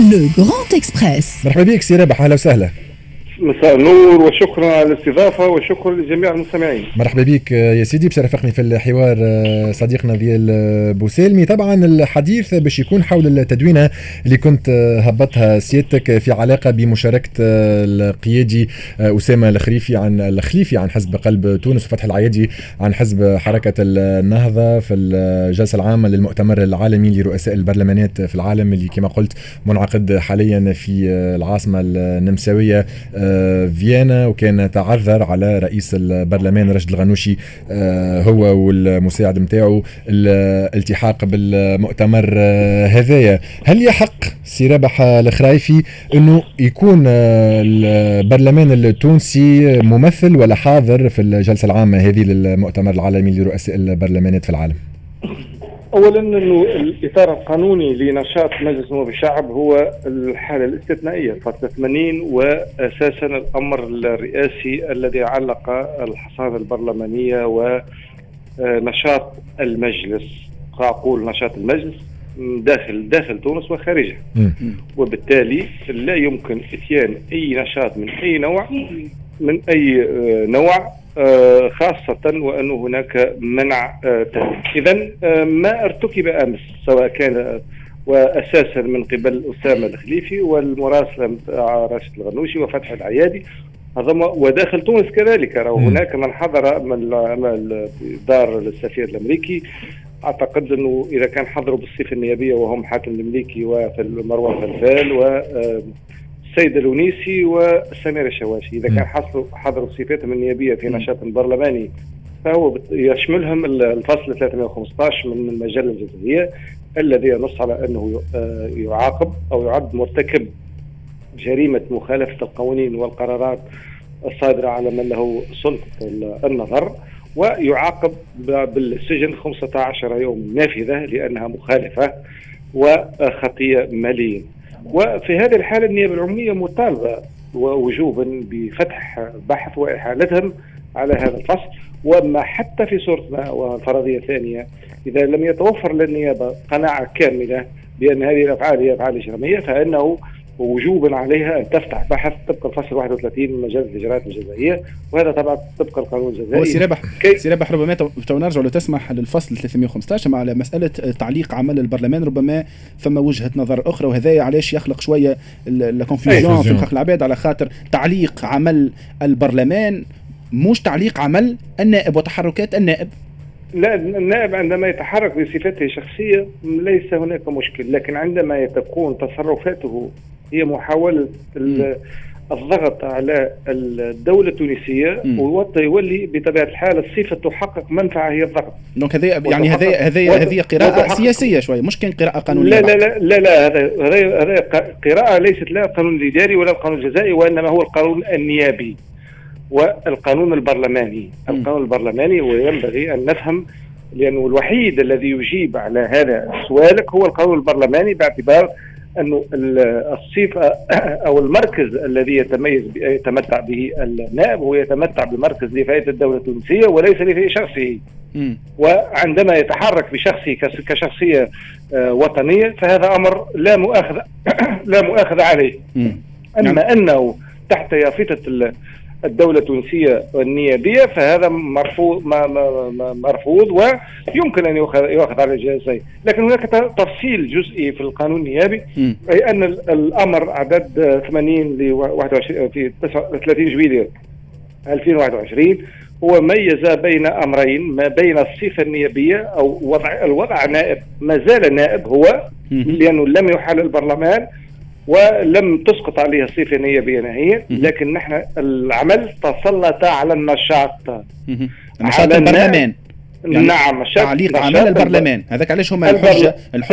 Le Grand Express. مرحبا بك سي رابح، اهلا وسهلا. مساء النور وشكرا على الاستضافة وشكرا لجميع المستمعين. مرحبا بك يا سيدي، باش رافقني في الحوار صديقنا ديال بوسالمي. طبعا الحديث باش يكون حول التدوينة اللي كنت هبطها سيادتك في علاقة بمشاركة القيادي أسامة الخليفي عن حزب قلب تونس وفتح العيادي عن حزب حركة النهضة في الجلسة العامة للمؤتمر العالمي لرؤساء البرلمانات في العالم اللي كما قلت منعقد حاليا في العاصمة النمساوية فيينا، وكان تعذر على رئيس البرلمان راشد الغنوشي هو والمساعد متاعه الالتحاق بالمؤتمر هذايا. هل يحق سي رابح الخرايفي انه يكون البرلمان التونسي ممثل ولا حاضر في الجلسة العامة هذه للمؤتمر العالمي لرؤساء البرلمانات في العالم؟ اولا انه الاطار القانوني لنشاط مجلس نواب الشعب هو الحاله الاستثنائيه فصل 80، واساسا الامر الرئاسي الذي علق الحصانه البرلمانيه ونشاط المجلس، اقول نشاط المجلس داخل تونس وخارجها، وبالتالي لا يمكن اتيان اي نشاط من اي نوع خاصة وأن هناك منع تام. إذن ما ارتكب أمس سواء كان وأساسا من قبل أسامة الخليفي والمراسلة راشد الغنوشي وفتح العيادي وداخل تونس كذلك، هناك من حضر من دار السفير الأمريكي، أعتقد أنه إذا كان حضروا بالصفة النيابية وهم حاتم المليكي ومروان فلفال السيد الونيسي وسمير الشواشي، إذا كان حضروا صفاتهم النيابية في نشاط برلماني فهو يشملهم الفصل 315 من المجلة الجزائية الذي ينص على أنه يعاقب أو يعد مرتكب جريمة مخالفة القوانين والقرارات الصادرة على من له سلطة النظر، ويعاقب بالسجن 15 يوم نافذة لأنها مخالفة وخطية مالية. وفي هذه الحالة النيابة العمومية مطالبة ووجوبا بفتح بحث وإحالتهم على هذا الفصل، وما حتى في صورتنا والفرضية الثانية إذا لم يتوفر للنيابة قناعة كاملة بأن هذه الأفعال هي أفعال إجرامية فإنه وجوبا عليها أن تفتح بحث طبق الفصل 31 من مجلة الإجراءات الجزائية، وهذا طبعا طبق القانون الجزائي. سي رابح ربما تو نرجع لو تسمح للفصل 315 مع مسألة تعليق عمل البرلمان، ربما فما وجهة نظر أخرى، وهذا علاش يخلق شوية الكونفيوجن في مخ العباد، على خاطر تعليق عمل البرلمان مش تعليق عمل النائب وتحركات النائب. لا، النائب عندما يتحرك بصفته الشخصية ليس هناك مشكل، لكن عندما تكون تصرفاته هي محاولة الضغط على الدولة التونسية ويولي بطبيعة الحال الصفة تحقق منفعة هي الضغط. دونك هذه قراءة سياسية شوية، مش كان قراءة قانونية. لا هذا قراءة ليست لا القانون الإداري ولا القانون الجزائي، وإنما هو القانون النيابي والقانون البرلماني. القانون البرلماني وينبغي أن نفهم، لأنه الوحيد الذي يجيب على هذا سؤالك هو القانون البرلماني، باعتبار أنه الصفة أو المركز الذي يتمتع به النائب هو يتمتع بمركز لفائدة الدولة التونسية وليس لفائدة شخصه. وعندما يتحرك بشخصه كشخصية وطنية فهذا أمر لا مؤاخذة عليه. أما أنه تحت يافطة الدولة التونسية النيابية فهذا مرفوض ويمكن أن يؤخذ على الجهازين. لكن هناك تفصيل جزئي في القانون النيابي، أي أن الأمر عدد 80 ل 21 في 30 جويلية 2021 هو ميز بين أمرين، ما بين الصفة النيابية أو الوضع نائب، ما زال نائب هو لأنه لم يحل البرلمان ولم تسقط عليه الصفة النيابية نهائيا، لكن نحن العمل تسلط على النشاط البرلمان. يعني نعم، تعليق عمل البرلمان، هذاك علاش هما الحجة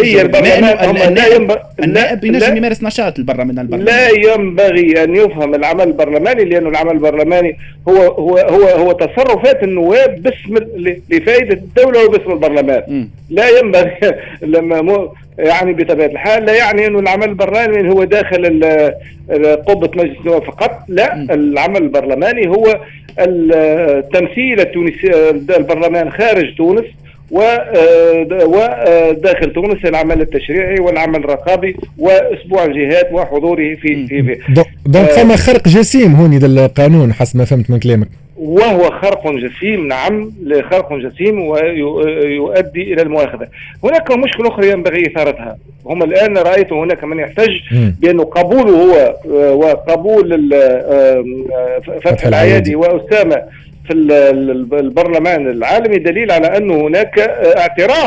النائب ينجم يمارس نشاط البرلمان. لا ينبغي أن يفهم العمل البرلماني، لأنه العمل البرلماني هو تصرفات النواب باسم لفائدة الدولة وباسم البرلمان. لا ينبغي لما يعني بطبيعة الحال لا يعني أنه العمل البرلماني هو داخل قبة مجلس النواب فقط، لا، العمل البرلماني هو التمثيل التونسي البرلمان خارج تونس وداخل تونس العمل التشريعي والعمل الرقابي واسبوع الجهات وحضوره في دونك فما خرق جسيم هوني للقانون حسب ما فهمت من كلامك. وهو خرق جسيم، نعم، خرق جسيم ويؤدي الى المؤاخذه. هناك مشكله اخرى ينبغي اثارتها. هم الان رايت هناك من يحتج بانه قبوله هو وقبول فتح العيادي واسامه في البرلمان العالمي دليل على انه هناك اعتراف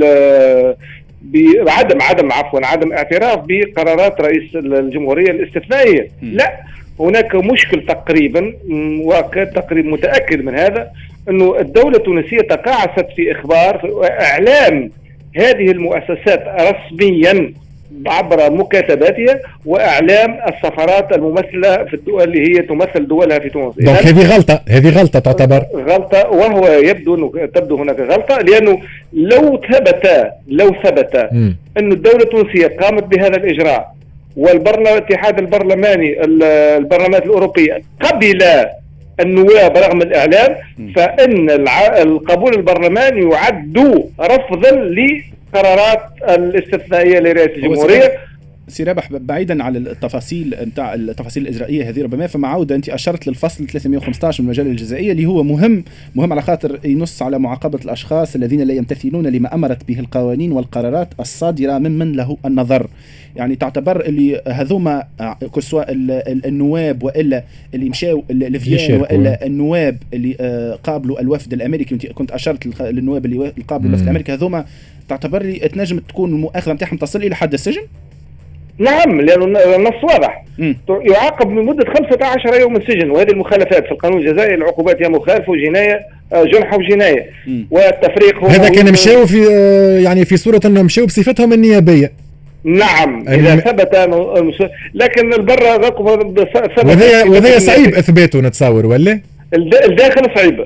عدم اعتراف بقرارات رئيس الجمهوريه الاستثنائيه. لا، هناك مشكل تقريبا، وكان تقريبا متاكد من هذا، انه الدوله التونسيه تقاعست في اعلام هذه المؤسسات رسميا عبر مكاتباتها واعلام السفارات الممثله في الدول اللي هي تمثل دولها في تونس. دونك هذه غلطه تعتبر غلطه، وهو تبدو هناك غلطه، لانه لو ثبت أن الدوله التونسيه قامت بهذا الاجراء الاتحاد البرلماني البرلمانات الاوروبيه قبل النواب رغم الاعلام، فان القبول البرلماني يعد رفضا لقرارات الاستثنائيه لرئاسه الجمهوريه. سي رابح، بعيدا عن التفاصيل نتاع التفاصيل الاجرائيه هذه، ربما فما عوده انت اشرت للفصل 315 من المجله الجزائيه اللي هو مهم على خاطر ينص على معاقبه الاشخاص الذين لا يمتثلون لما امرت به القوانين والقرارات الصادره ممن له النظر. يعني تعتبر اللي هذوما سواء النواب والا اللي مشاو لفيان والا النواب اللي قابلوا الوفد الامريكي، كنت اشرت للنواب اللي قابلوا الوفد الامريكي، هذوما تعتبر لي تنجم تكون المؤاخذه نتاعهم تصل الى حد السجن؟ نعم، لأنه النص واضح. يعاقب بمدة 15 يوم السجن، وهذه المخالفات في القانون الجزائي العقوبات هي مخالفة وجناية، جنحة وجناية. والتفريق هذا كان مشاو في يعني في صورة أنهم مشاو بصفتهم النيابية. نعم، إذا ثبت لكن البرة وذا صعيب إثباته نتصور ولا؟ الداخل صعيب.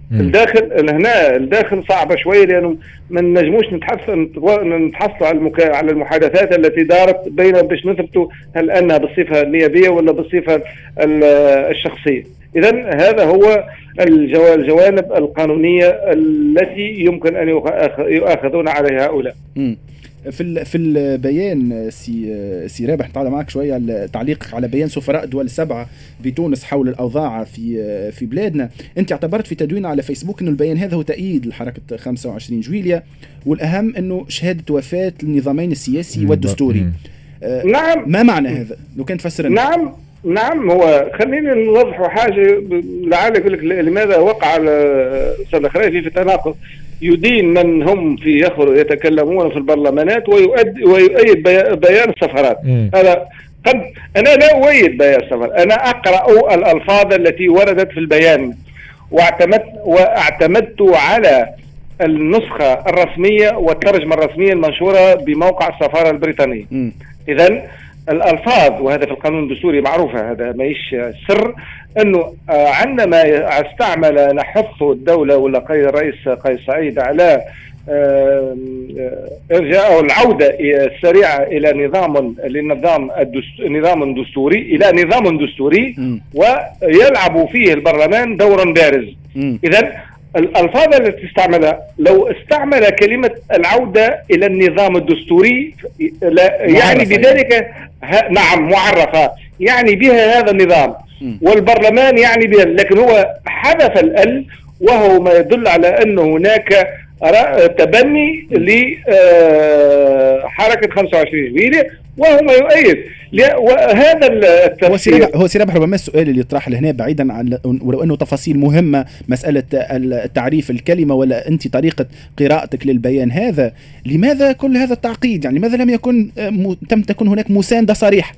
الداخل صعبة شوية، لأنه ما نجموش نتحصلوا على المحادثات التي دارت بين باش نثبتوا هل أنها بالصفة النيابية ولا بالصفة الشخصية. إذن هذا هو الجوانب القانونية التي يمكن أن يؤاخذون عليها هؤلاء. في البيان سي رابح نتعلم معك شويه تعليقك على بيان سفراء دول 7 بتونس حول الاوضاع في بلادنا. انت اعتبرت في تدوين على فيسبوك انه البيان هذا هو تأييد لحركه 25 جويليا، والاهم انه شهاده وفاه النظامين السياسي والدستوري. نعم، ما معنى هذا لو كان تفسر؟ نعم، هو خلينا نوضح حاجه لعل يقول لك لماذا وقع الاستاذ الخريفي في تناقض. يدين من هم يتكلمون في البرلمانات ويؤيد بيان السفارات. أنا لا أؤيد بيان السفارات، أنا أقرأ الألفاظ التي وردت في البيان واعتمدت على النسخة الرسمية والترجمة الرسمية المنشورة بموقع السفارة البريطانية. إذن الألفاظ، وهذا في القانون الدستوري معروفة، هذا ما يش سر، أنه عندما استعمل نحث الدولة ولا قيد الرئيس قيس سعيد على إرجاء العودة السريعة إلى نظام دستوري ويلعب فيه البرلمان دورا بارز. إذن الألفاظ التي استعملها، لو استعمل كلمة العودة إلى النظام الدستوري يعني بذلك نعم معرفة، يعني بها هذا النظام، والبرلمان يعني بها، لكن هو حذف الأل، وهو ما يدل على أن هناك تبني لحركة 25 جويلية، وهو ما يؤيد. وهذا التفسير هو سي رابح، ربما السؤال اللي يطرح لهنا بعيدا عن ولو انه تفاصيل مهمه، مساله التعريف الكلمه ولا انت طريقه قراءتك للبيان هذا، لماذا كل هذا التعقيد؟ يعني لماذا لم تكن هناك مسانده صريحه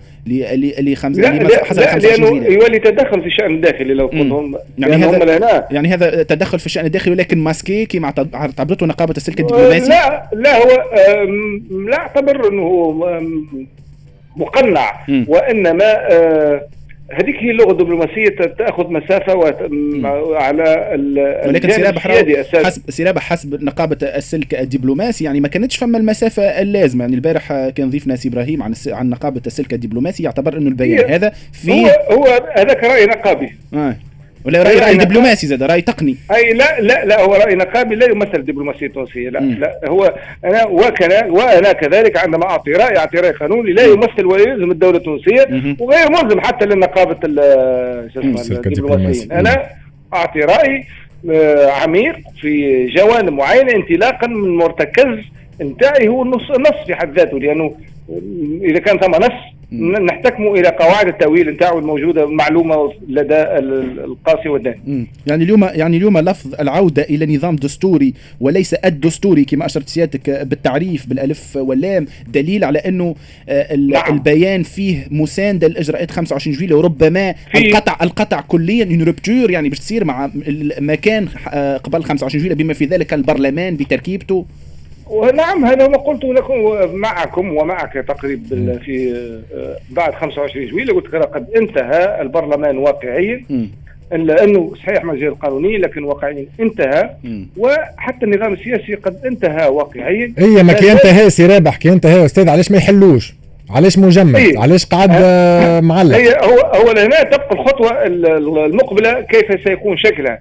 لانه يولي تدخل في الشأن الداخلي لو كنتم يعني هذا تدخل في الشأن الداخلي، ولكن ماسكي كما اعتبرته نقابه السلك الدبلوماسي. لا هو لا اعتبر انه هو مقنع، وانما هذيك هي اللغه الدبلوماسيه تاخذ مسافه على ولكن سرابح حسب نقابه السلك الدبلوماسي يعني ما كانتش فما المسافه اللازمه. يعني البارح كان ضيفنا سي ابراهيم عن نقابه السلك الدبلوماسي يعتبر انه البيان هذا فيه هو هذاك راي نقابي. ولا رأي دبلوماسي زاد رأي تقني. أي لا هو رأي نقابي لا يمثل الدبلوماسية التونسية. لا هو وأنا كذلك عندما أعطي رأي قانوني لا يمثل ولا يلزم الدولة التونسية وغير ملزم حتى للنقابة الدبلوماسيين. أنا أعطي رأي عميق في جوانب معينة انطلاقا من مرتكز انتاعي هو النص في حد ذاته، لأنه إذا كان ثم نص نحتكموا إلى قواعد التأويل انتاعه الموجودة معلومة لدى القاصي والداني. يعني اليوم لفظ العودة إلى نظام دستوري وليس الدستوري كما أشرت سيادتك بالتعريف بالألف واللام دليل على أنه البيان فيه مساندة للإجراءات 25 جويلية وربما القطع كليا une rupture يعني باش تصير مع مكان قبل 25 جويلية بما في ذلك البرلمان بتركيبته. ونعم هذا ما قلت لكم معكم ومعك تقريبا في بعد 25 جويلية قلت قد انتهى البرلمان واقعيا لأنه صحيح مجال القانوني لكن واقعيا انتهى وحتى النظام السياسي قد انتهى واقعيا. هي ما كي انتهى سي رابح كي انتهى أستاذ علاش ما يحلوش؟ علاش مجمد؟ علاش قاعد معلق؟ هو هنا تبقى الخطوة المقبلة كيف سيكون شكلها؟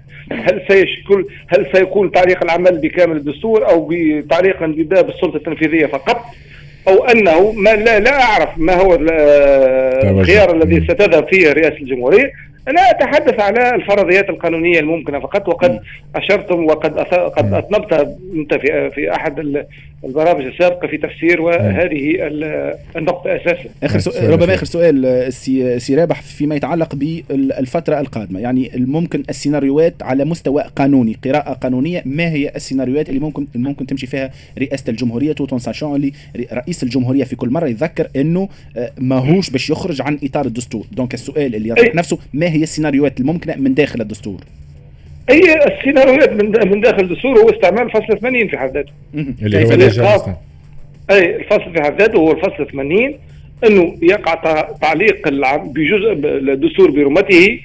هل سيكون تعليق العمل بكامل الدستور أو بتعليق بباب السلطة التنفيذية فقط؟ أو أنه لا أعرف ما هو الخيار الذي ستذهب فيه رئاسة الجمهورية. أنا أتحدث على الفرضيات القانونية الممكنة فقط وقد أشرتم وقد أطنبتها أنت في أحد البرامج السابقة في تفسير وهذه النقطة أساسا. ربما آخر سؤال سي رابح فيما يتعلق بالفترة القادمة، يعني الممكن السيناريوهات على مستوى قانوني قراءة قانونية ما هي السيناريوهات اللي ممكن تمشي فيها رئاسة الجمهورية توت ساشون اللي رئيس الجمهورية في كل مرة يذكر إنه ماهوش باش يخرج عن إطار الدستور. دونك السؤال اللي يطرح نفسه ما هي السيناريوهات الممكنة من داخل الدستور؟ أي السيناريوهات من داخل الدستور هو استعمال فصل 80 في حد ذاته اللي هو أي الفصل في حد ذاته هو الفصل 80 أنه يقع تعليق بجزء الدستور برمته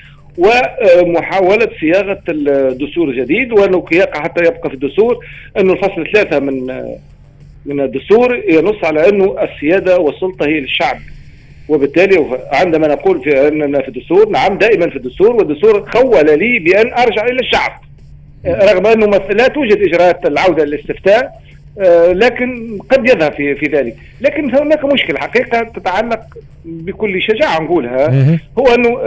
ومحاولة صياغة الدستور الجديد وأنه يقع حتى يبقى في الدستور أنه الفصل 3 من الدستور ينص على أنه السيادة والسلطة هي للشعب. وبالتالي عندما نقول أننا في الدستور نعم دائما في الدستور والدستور خول لي بأن أرجع إلى الشعب رغم أنه لا توجد إجراءات العودة للاستفتاء لكن قد يذهب في ذلك. لكن هناك مشكلة حقيقة تتعلق بكل شجاعة نقولها هو أنه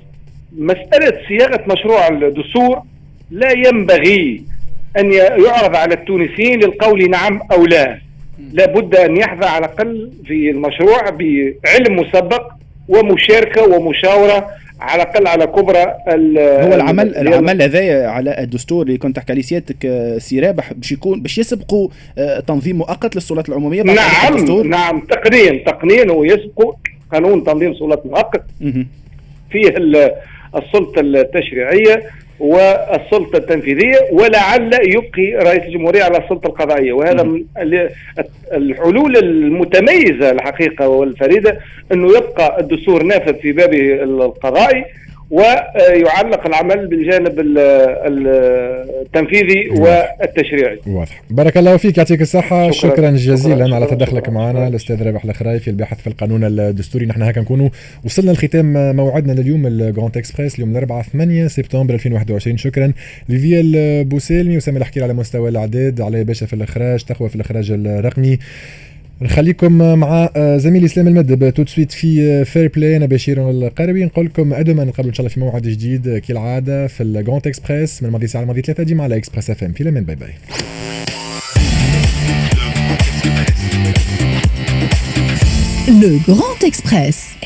مسألة صياغة مشروع الدستور لا ينبغي أن يعرض على التونسيين للقول نعم أو لا. لابد أن يحظى على الأقل في المشروع بعلم مسبق ومشاركة ومشاورة على الأقل على كبرى. هو العمل هذا على الدستور اللي كنت تحكي لي سيادتك سي رابح باش يسبقوا تنظيم مؤقت للسلطات العمومية. نعم تقنيا هو يسبق قانون تنظيم سلطات مؤقت فيه السلطة التشريعية والسلطة التنفيذية ولعل يبقي رئيس الجمهورية على السلطة القضائية. وهذا من الحلول المتميزة الحقيقة والفريدة أنه يبقى الدستور نافذ في بابه القضائي ويعلق العمل بالجانب التنفيذي والتشريعي. واضح. بارك الله فيك يعطيك الصحة. شكرا جزيلا على تدخلك معنا الأستاذ رابح الخرايفي الباحث في القانون الدستوري. نحن هكا نكونوا وصلنا لختام موعدنا لليوم الجراند اكسبريس اليوم الأربعاء 8 سبتمبر 2021. شكرا لفيال بوسيلمي وسامي الحكير على مستوى الإعداد، علي باشا في الإخراج، تقوى في الإخراج الرقمي. نخليكم مع زميل اسلام المدب تو سويت في فير بلاي. انا بشير القروي نقول لكم ادما نقابل ان شاء الله في موعد جديد كالعاده في الجراند اكسبريس من الماضي ساعه الماضي 3 ديما على اكسبريس اف ام. في الامان، باي باي. Le Grand Express.